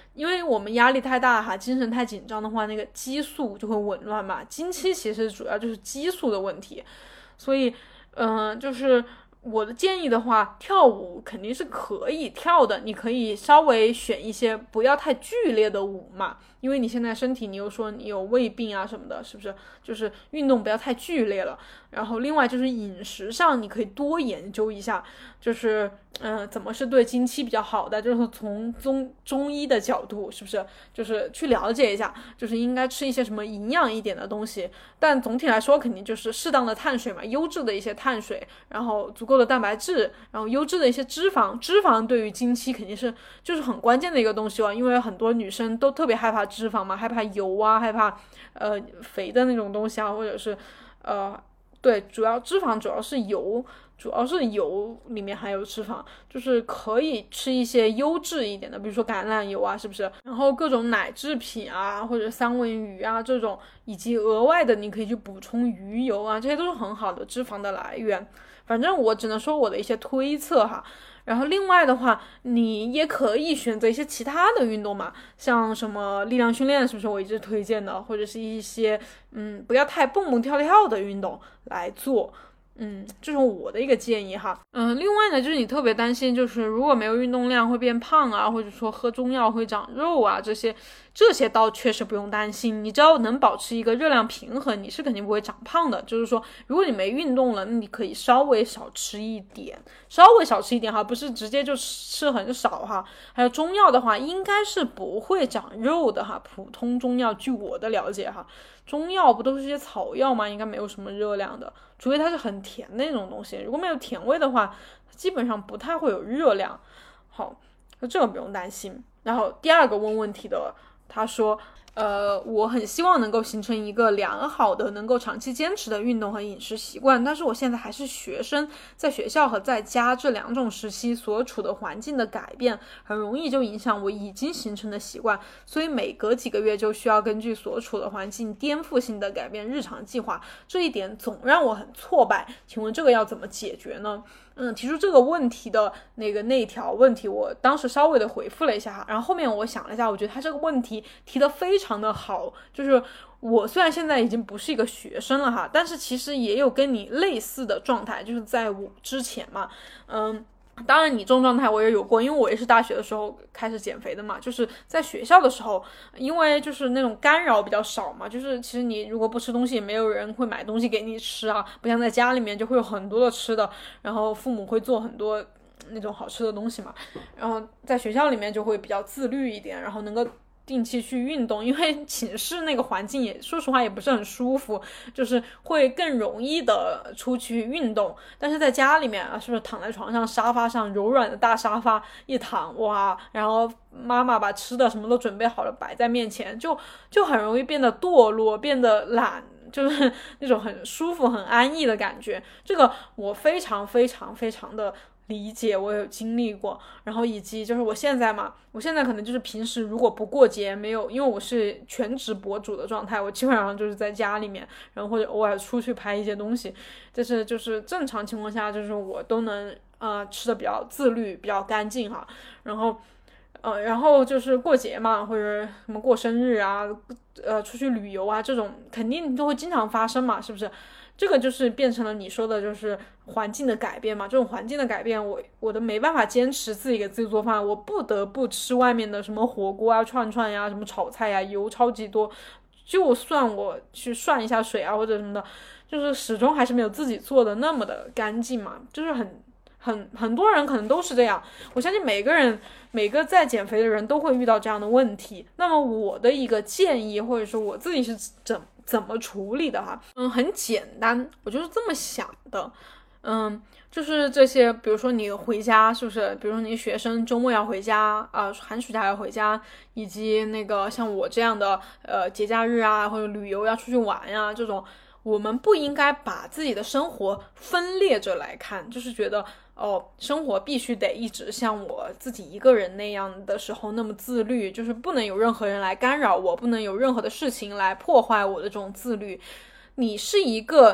因为我们压力太大哈，精神太紧张的话，那个激素就会紊乱嘛。经期其实主要就是激素的问题，所以嗯、呃，就是我的建议的话，跳舞肯定是可以跳的，你可以稍微选一些不要太剧烈的舞嘛，因为你现在身体你又说你有胃病啊什么的，是不是？就是运动不要太剧烈了。然后另外就是饮食上你可以多研究一下，就是嗯、呃，怎么是对经期比较好的，就是从中中医的角度，是不是？就是去了解一下，就是应该吃一些什么营养一点的东西。但总体来说肯定就是适当的碳水嘛，优质的一些碳水，然后足够的蛋白质，然后优质的一些脂肪。脂肪对于经期肯定是就是很关键的一个东西哦，因为很多女生都特别害怕脂肪嘛，害怕油啊，害怕呃肥的那种东西啊，或者是呃对，主要脂肪主要是油，主要是油里面含有脂肪，就是可以吃一些优质一点的，比如说橄榄油啊，是不是？然后各种奶制品啊，或者三文鱼啊这种，以及额外的你可以去补充鱼油啊，这些都是很好的脂肪的来源。反正我只能说我的一些推测哈。然后另外的话，你也可以选择一些其他的运动嘛，像什么力量训练，是不是我一直推荐的，或者是一些嗯不要太蹦蹦跳跳的运动来做。嗯，这是我的一个建议哈。嗯，另外呢，就是你特别担心，就是如果没有运动量会变胖啊，或者说喝中药会长肉啊，这些这些倒确实不用担心。你只要能保持一个热量平衡，你是肯定不会长胖的。就是说，如果你没运动了，那你可以稍微少吃一点，稍微少吃一点哈，不是直接就吃很少哈。还有中药的话，应该是不会长肉的哈。普通中药，据我的了解哈。中药不都是些草药吗？应该没有什么热量的，除非它是很甜的那种东西。如果没有甜味的话，基本上不太会有热量。好，那这个不用担心。然后第二个问问题的，他说呃，我很希望能够形成一个良好的能够长期坚持的运动和饮食习惯，但是我现在还是学生，在学校和在家这两种时期所处的环境的改变很容易就影响我已经形成的习惯，所以每隔几个月就需要根据所处的环境颠覆性的改变日常计划，这一点总让我很挫败。请问这个要怎么解决呢？嗯，提出这个问题的那个那条问题，我当时稍微的回复了一下，然后后面我想了一下，我觉得他这个问题提得非常的好，就是我虽然现在已经不是一个学生了哈，但是其实也有跟你类似的状态，就是在我之前嘛，嗯。当然你这种状态我也有过，因为我也是大学的时候开始减肥的嘛，就是在学校的时候，因为就是那种干扰比较少嘛，就是其实你如果不吃东西，也没有人会买东西给你吃啊，不像在家里面就会有很多的吃的，然后父母会做很多那种好吃的东西嘛，然后在学校里面就会比较自律一点，然后能够定期去运动，因为寝室那个环境也说实话也不是很舒服，就是会更容易的出去运动。但是在家里面啊，是不是躺在床上沙发上柔软的大沙发一躺，哇，然后妈妈把吃的什么都准备好了摆在面前，就就很容易变得堕落，变得懒，就是那种很舒服很安逸的感觉。这个我非常非常非常的理解，我有经历过。然后以及就是我现在嘛，我现在可能就是平时如果不过节没有，因为我是全职博主的状态，我基本上就是在家里面，然后或者偶尔出去拍一些东西，但是就是正常情况下就是我都能呃吃的比较自律比较干净哈。然后呃，然后就是过节嘛，或者什么过生日啊，呃，出去旅游啊，这种肯定都会经常发生嘛，是不是？这个就是变成了你说的，就是环境的改变嘛。这种环境的改变，我我都没办法坚持自己给自己做饭，我不得不吃外面的什么火锅啊、串串呀、什么炒菜呀，油超级多。就算我去涮一下水啊或者什么的，就是始终还是没有自己做的那么的干净嘛，就是很。很很多人可能都是这样，我相信每个人每个在减肥的人都会遇到这样的问题。那么我的一个建议或者说我自己是怎怎么处理的哈，嗯，很简单，我就是这么想的，嗯，就是这些，比如说你回家是不是？比如说你学生周末要回家啊、呃，寒暑假要回家，以及那个像我这样的呃节假日啊或者旅游要出去玩呀这种。我们不应该把自己的生活分裂着来看，就是觉得哦，生活必须得一直像我自己一个人那样的时候那么自律，就是不能有任何人来干扰我，不能有任何的事情来破坏我的这种自律。你是一个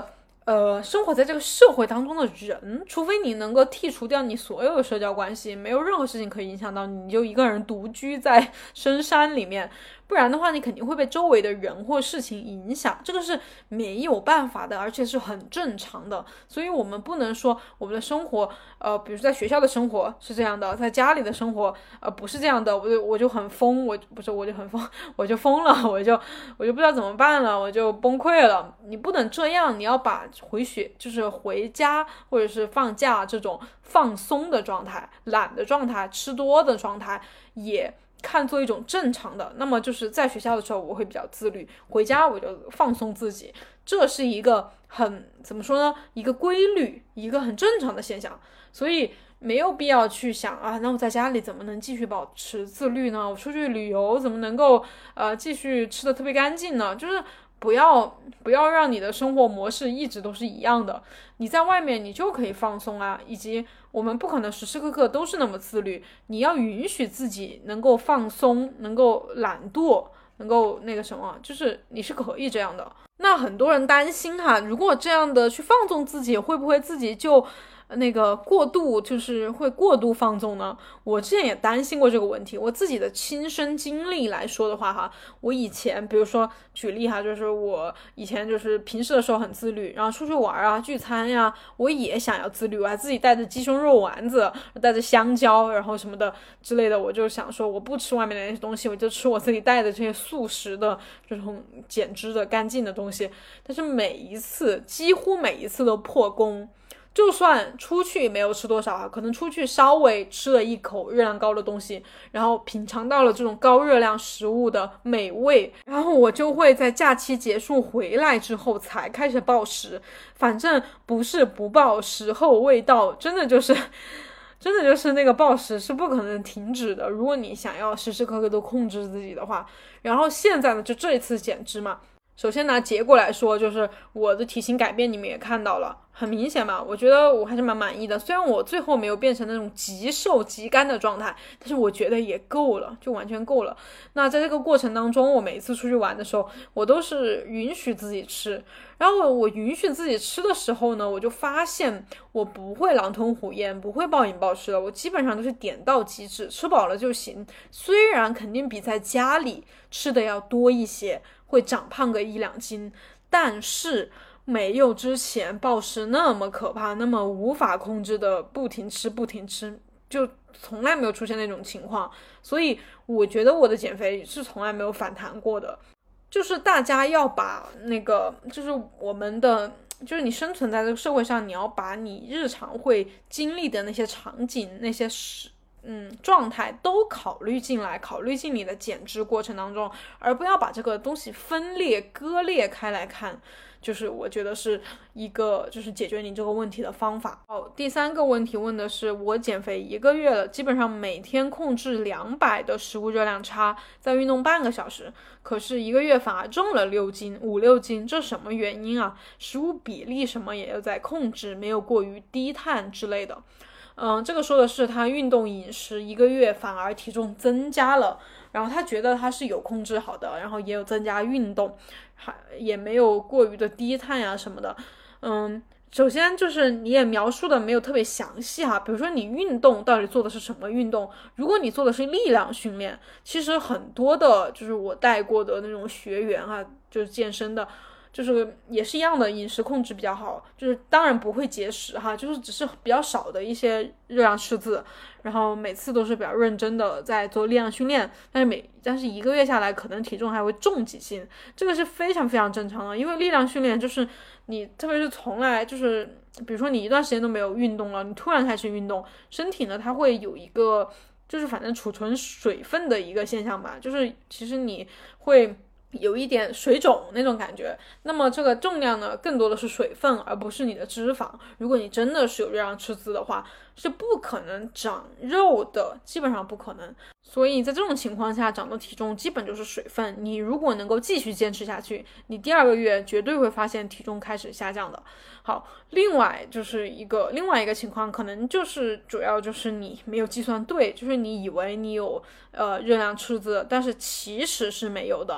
呃，生活在这个社会当中的人，除非你能够剔除掉你所有的社交关系，没有任何事情可以影响到你，你就一个人独居在深山里面，不然的话你肯定会被周围的人或事情影响，这个是没有办法的，而且是很正常的。所以我们不能说我们的生活呃，比如说在学校的生活是这样的，在家里的生活呃不是这样的，我就我就很疯，我不是我就很疯，我就疯了，我就我就不知道怎么办了，我就崩溃了。你不能这样，你要把回学就是回家或者是放假这种放松的状态、懒的状态、吃多的状态也看作一种正常的。那么就是在学校的时候我会比较自律，回家我就放松自己，这是一个很怎么说呢，一个规律，一个很正常的现象。所以没有必要去想啊，那我在家里怎么能继续保持自律呢？我出去旅游怎么能够呃继续吃的特别干净呢？就是不要不要让你的生活模式一直都是一样的。你在外面你就可以放松啊，以及我们不可能时时刻刻都是那么自律，你要允许自己能够放松，能够懒惰，能够那个什么，就是你是可以这样的。那很多人担心哈，如果这样的去放纵自己，会不会自己就那个过度，就是会过度放纵呢？我之前也担心过这个问题。我自己的亲身经历来说的话哈，我以前比如说举例哈，就是我以前就是平时的时候很自律，然后出去玩啊聚餐呀，我也想要自律，我还自己带着鸡胸肉丸子，带着香蕉然后什么的之类的，我就想说我不吃外面的那些东西，我就吃我自己带的这些素食的这种减脂的干净的东西。但是每一次几乎每一次都破功，就算出去没有吃多少啊，可能出去稍微吃了一口热量高的东西，然后品尝到了这种高热量食物的美味，然后我就会在假期结束回来之后才开始暴食。反正不是不暴，时候未到，真的就是真的就是那个暴食是不可能停止的，如果你想要时时刻刻都控制自己的话。然后现在呢，就这一次减脂嘛，首先拿结果来说，就是我的体型改变你们也看到了，很明显嘛，我觉得我还是蛮满意的。虽然我最后没有变成那种极瘦极干的状态，但是我觉得也够了，就完全够了。那在这个过程当中，我每一次出去玩的时候，我都是允许自己吃。然后我允许自己吃的时候呢，我就发现我不会狼吞虎咽，不会暴饮暴食的，我基本上都是点到即止，吃饱了就行。虽然肯定比在家里吃的要多一些，会长胖个一两斤，但是没有之前暴食那么可怕，那么无法控制的不停吃不停吃，就从来没有出现那种情况。所以我觉得我的减肥是从来没有反弹过的。就是大家要把那个就是我们的就是你生存在这个社会上，你要把你日常会经历的那些场景那些事嗯，状态都考虑进来，考虑进你的减脂过程当中，而不要把这个东西分裂割裂开来看，就是我觉得是一个就是解决你这个问题的方法。哦，第三个问题问的是我减肥一个月了，基本上每天控制两百的食物热量差，再运动半个小时，可是一个月反而重了六斤五六斤，这什么原因啊？食物比例什么也有在控制，没有过于低碳之类的。嗯，这个说的是他运动饮食一个月反而体重增加了，然后他觉得他是有控制好的，然后也有增加运动，还也没有过于的低碳呀什么的。嗯，首先就是你也描述的没有特别详细哈，比如说你运动到底做的是什么运动？如果你做的是力量训练，其实很多的就是我带过的那种学员哈，就是健身的。就是也是一样的，饮食控制比较好，就是当然不会节食哈，就是只是比较少的一些热量赤字，然后每次都是比较认真的在做力量训练，但是每但是一个月下来可能体重还会重几斤，这个是非常非常正常的。因为力量训练就是你特别是从来就是比如说你一段时间都没有运动了，你突然开始运动，身体呢它会有一个就是反正储存水分的一个现象吧，就是其实你会有一点水肿那种感觉，那么这个重量呢更多的是水分而不是你的脂肪，如果你真的是有热量赤字的话是不可能长肉的，基本上不可能。所以在这种情况下长的体重基本就是水分，你如果能够继续坚持下去，你第二个月绝对会发现体重开始下降的。好，另外就是一个另外一个情况，可能就是主要就是你没有计算对，就是你以为你有呃热量赤字，但是其实是没有的。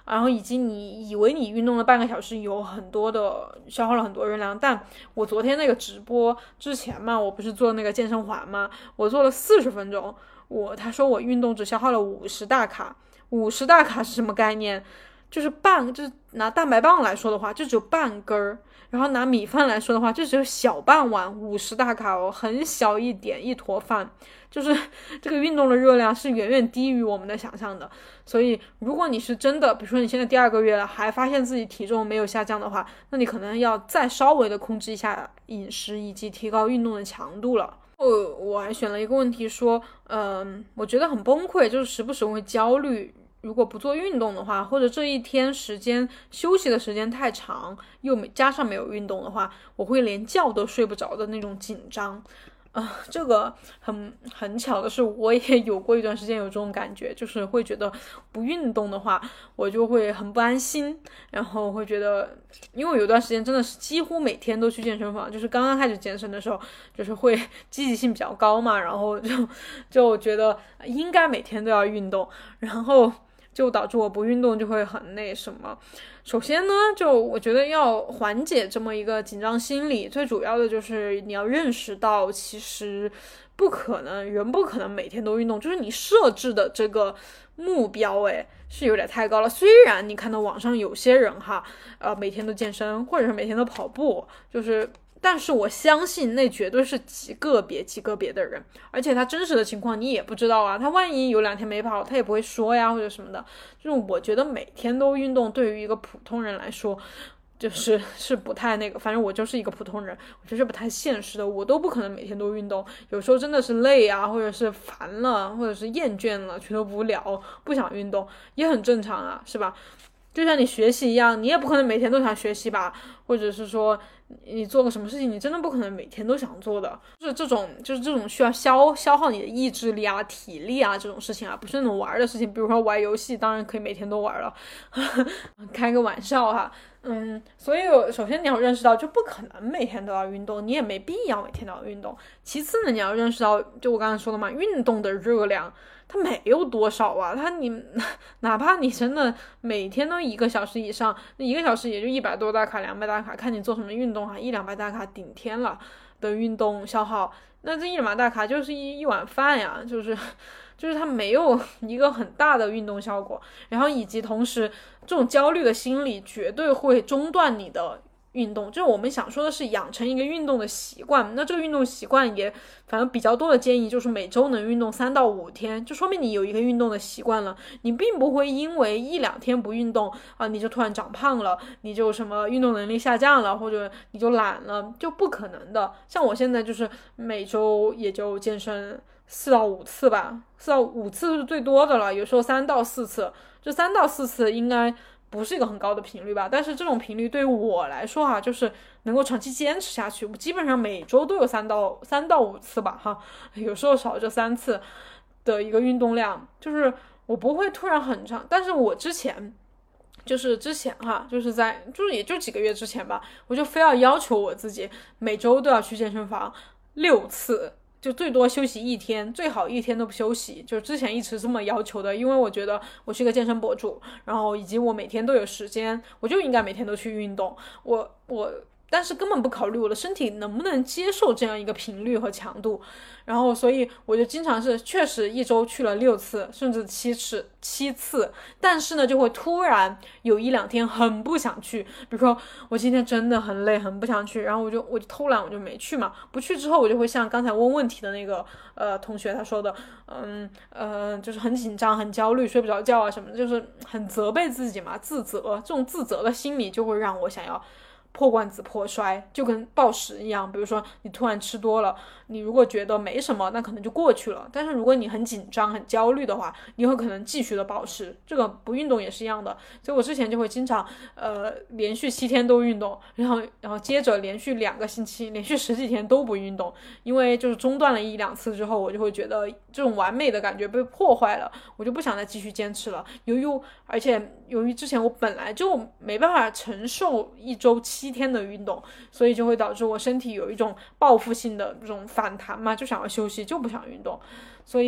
然后以及你以为你运动了半个小时有很多的消耗了很多热量，但我昨天那个直播之前嘛，我不是做那个健身环嘛，我做了四十分钟，我他说我运动只消耗了五十大卡，五十大卡是什么概念？就是半，就是拿蛋白棒来说的话，就只有半根儿。然后拿米饭来说的话，就只有小半碗，五十大卡哦，很小一点一坨饭，就是这个运动的热量是远远低于我们的想象的。所以如果你是真的，比如说你现在第二个月了，还发现自己体重没有下降的话，那你可能要再稍微的控制一下饮食，以及提高运动的强度了。哦，我还选了一个问题说，嗯，我觉得很崩溃，就是时不时会焦虑。如果不做运动的话，或者这一天时间休息的时间太长，又没加上没有运动的话，我会连觉都睡不着的那种紧张。啊、呃，这个很很巧的是，我也有过一段时间有这种感觉，就是会觉得不运动的话，我就会很不安心，然后会觉得，因为有段时间真的是几乎每天都去健身房，就是刚刚开始健身的时候，就是会积极性比较高嘛，然后就就觉得应该每天都要运动，然后就导致我不运动就会很那什么。首先呢，就我觉得要缓解这么一个紧张心理，最主要的就是你要认识到，其实不可能，人不可能每天都运动，就是你设置的这个目标，诶，是有点太高了。虽然你看到网上有些人哈，呃，每天都健身，或者是每天都跑步，就是。但是我相信那绝对是极个别极个别的人，而且他真实的情况你也不知道啊，他万一有两天没跑，他也不会说呀或者什么的。就是我觉得每天都运动对于一个普通人来说就是是不太那个，反正我就是一个普通人，我觉得是不太现实的，我都不可能每天都运动，有时候真的是累啊，或者是烦了，或者是厌倦了，觉得无聊不想运动也很正常啊，是吧？就像你学习一样，你也不可能每天都想学习吧，或者是说你做个什么事情，你真的不可能每天都想做的，就是这种就是这种需要消消耗你的意志力啊、体力啊这种事情啊，不是那种玩的事情，比如说玩游戏，当然可以每天都玩了，开个玩笑哈。嗯，所以首先你要认识到，就不可能每天都要运动，你也没必要每天都要运动。其次呢，你要认识到，就我刚才说的嘛，运动的热量它没有多少啊，它你哪怕你真的每天都一个小时以上，那一个小时也就一百多大卡、两百大卡，看你做什么运动哈，一两百大卡顶天了的运动消耗，那这一两百大卡就是一一碗饭呀，就是。就是它没有一个很大的运动效果，然后以及同时这种焦虑的心理绝对会中断你的运动，就是我们想说的是养成一个运动的习惯，那这个运动习惯也反正比较多的建议就是每周能运动三到五天，就说明你有一个运动的习惯了，你并不会因为一两天不运动啊，你就突然长胖了，你就什么运动能力下降了，或者你就懒了，就不可能的。像我现在就是每周也就健身四到五次吧，四到五次是最多的了，有时候三到四次，这三到四次应该不是一个很高的频率吧，但是这种频率对于我来说哈、啊，就是能够长期坚持下去，我基本上每周都有三到三到五次吧哈，有时候少这三次的一个运动量，就是我不会突然很长，但是我之前就是之前哈，就是在就是也就几个月之前吧，我就非要要求我自己每周都要去健身房六次。就最多休息一天，最好一天都不休息，就是之前一直这么要求的，因为我觉得我是一个健身博主，然后以及我每天都有时间，我就应该每天都去运动，我我但是根本不考虑我的身体能不能接受这样一个频率和强度，然后所以我就经常是确实一周去了六次甚至七次七次，但是呢就会突然有一两天很不想去，比如说我今天真的很累很不想去，然后我就我就偷懒我就没去嘛，不去之后我就会像刚才问问题的那个呃同学他说的，嗯呃就是很紧张很焦虑睡不着觉啊什么的，就是很责备自己嘛，自责，这种自责的心理就会让我想要破罐子破摔，就跟暴食一样，比如说你突然吃多了，你如果觉得没什么那可能就过去了，但是如果你很紧张很焦虑的话，你有可能继续的暴食，这个不运动也是一样的，所以我之前就会经常呃连续七天都运动，然后然后接着连续两个星期连续十几天都不运动，因为就是中断了一两次之后，我就会觉得这种完美的感觉被破坏了，我就不想再继续坚持了，由于而且由于之前我本来就没办法承受一周七天的运动，所以就会导致我身体有一种报复性的这种反弹嘛，就想要休息就不想运动，所以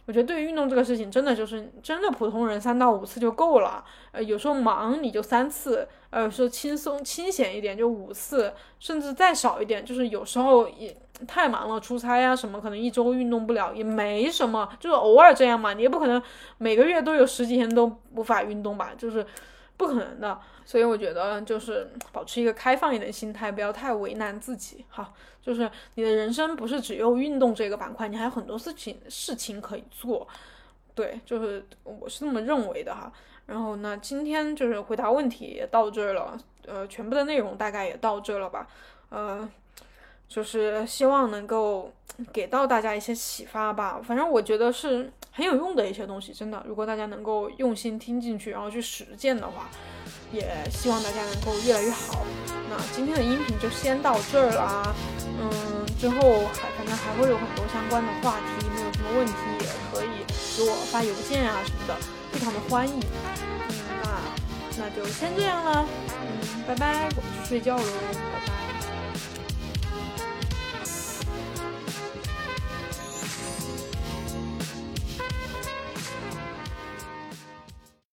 我觉得对于运动这个事情，真的就是真的普通人三到五次就够了。呃，有时候忙你就三次，呃，有时候轻松清闲一点就五次，甚至再少一点。就是有时候也太忙了，出差啊什么，可能一周运动不了也没什么，就是偶尔这样嘛。你也不可能每个月都有十几天都无法运动吧，就是不可能的。所以我觉得就是保持一个开放一点的心态，不要太为难自己哈。就是你的人生不是只有运动这个板块，你还有很多事情事情可以做。对，就是我是这么认为的哈。然后呢，今天就是回答问题也到这儿了，呃，全部的内容大概也到这了吧，呃，就是希望能够给到大家一些启发吧。反正我觉得是很有用的一些东西，真的，如果大家能够用心听进去，然后去实践的话，也希望大家能够越来越好。那今天的音频就先到这儿啦，嗯，之后还反正还会有很多相关的话题，没有什么问题也可以给我发邮件啊什么的，非常的欢迎。嗯，那那就先这样了，嗯，拜拜，我去睡觉喽，拜拜。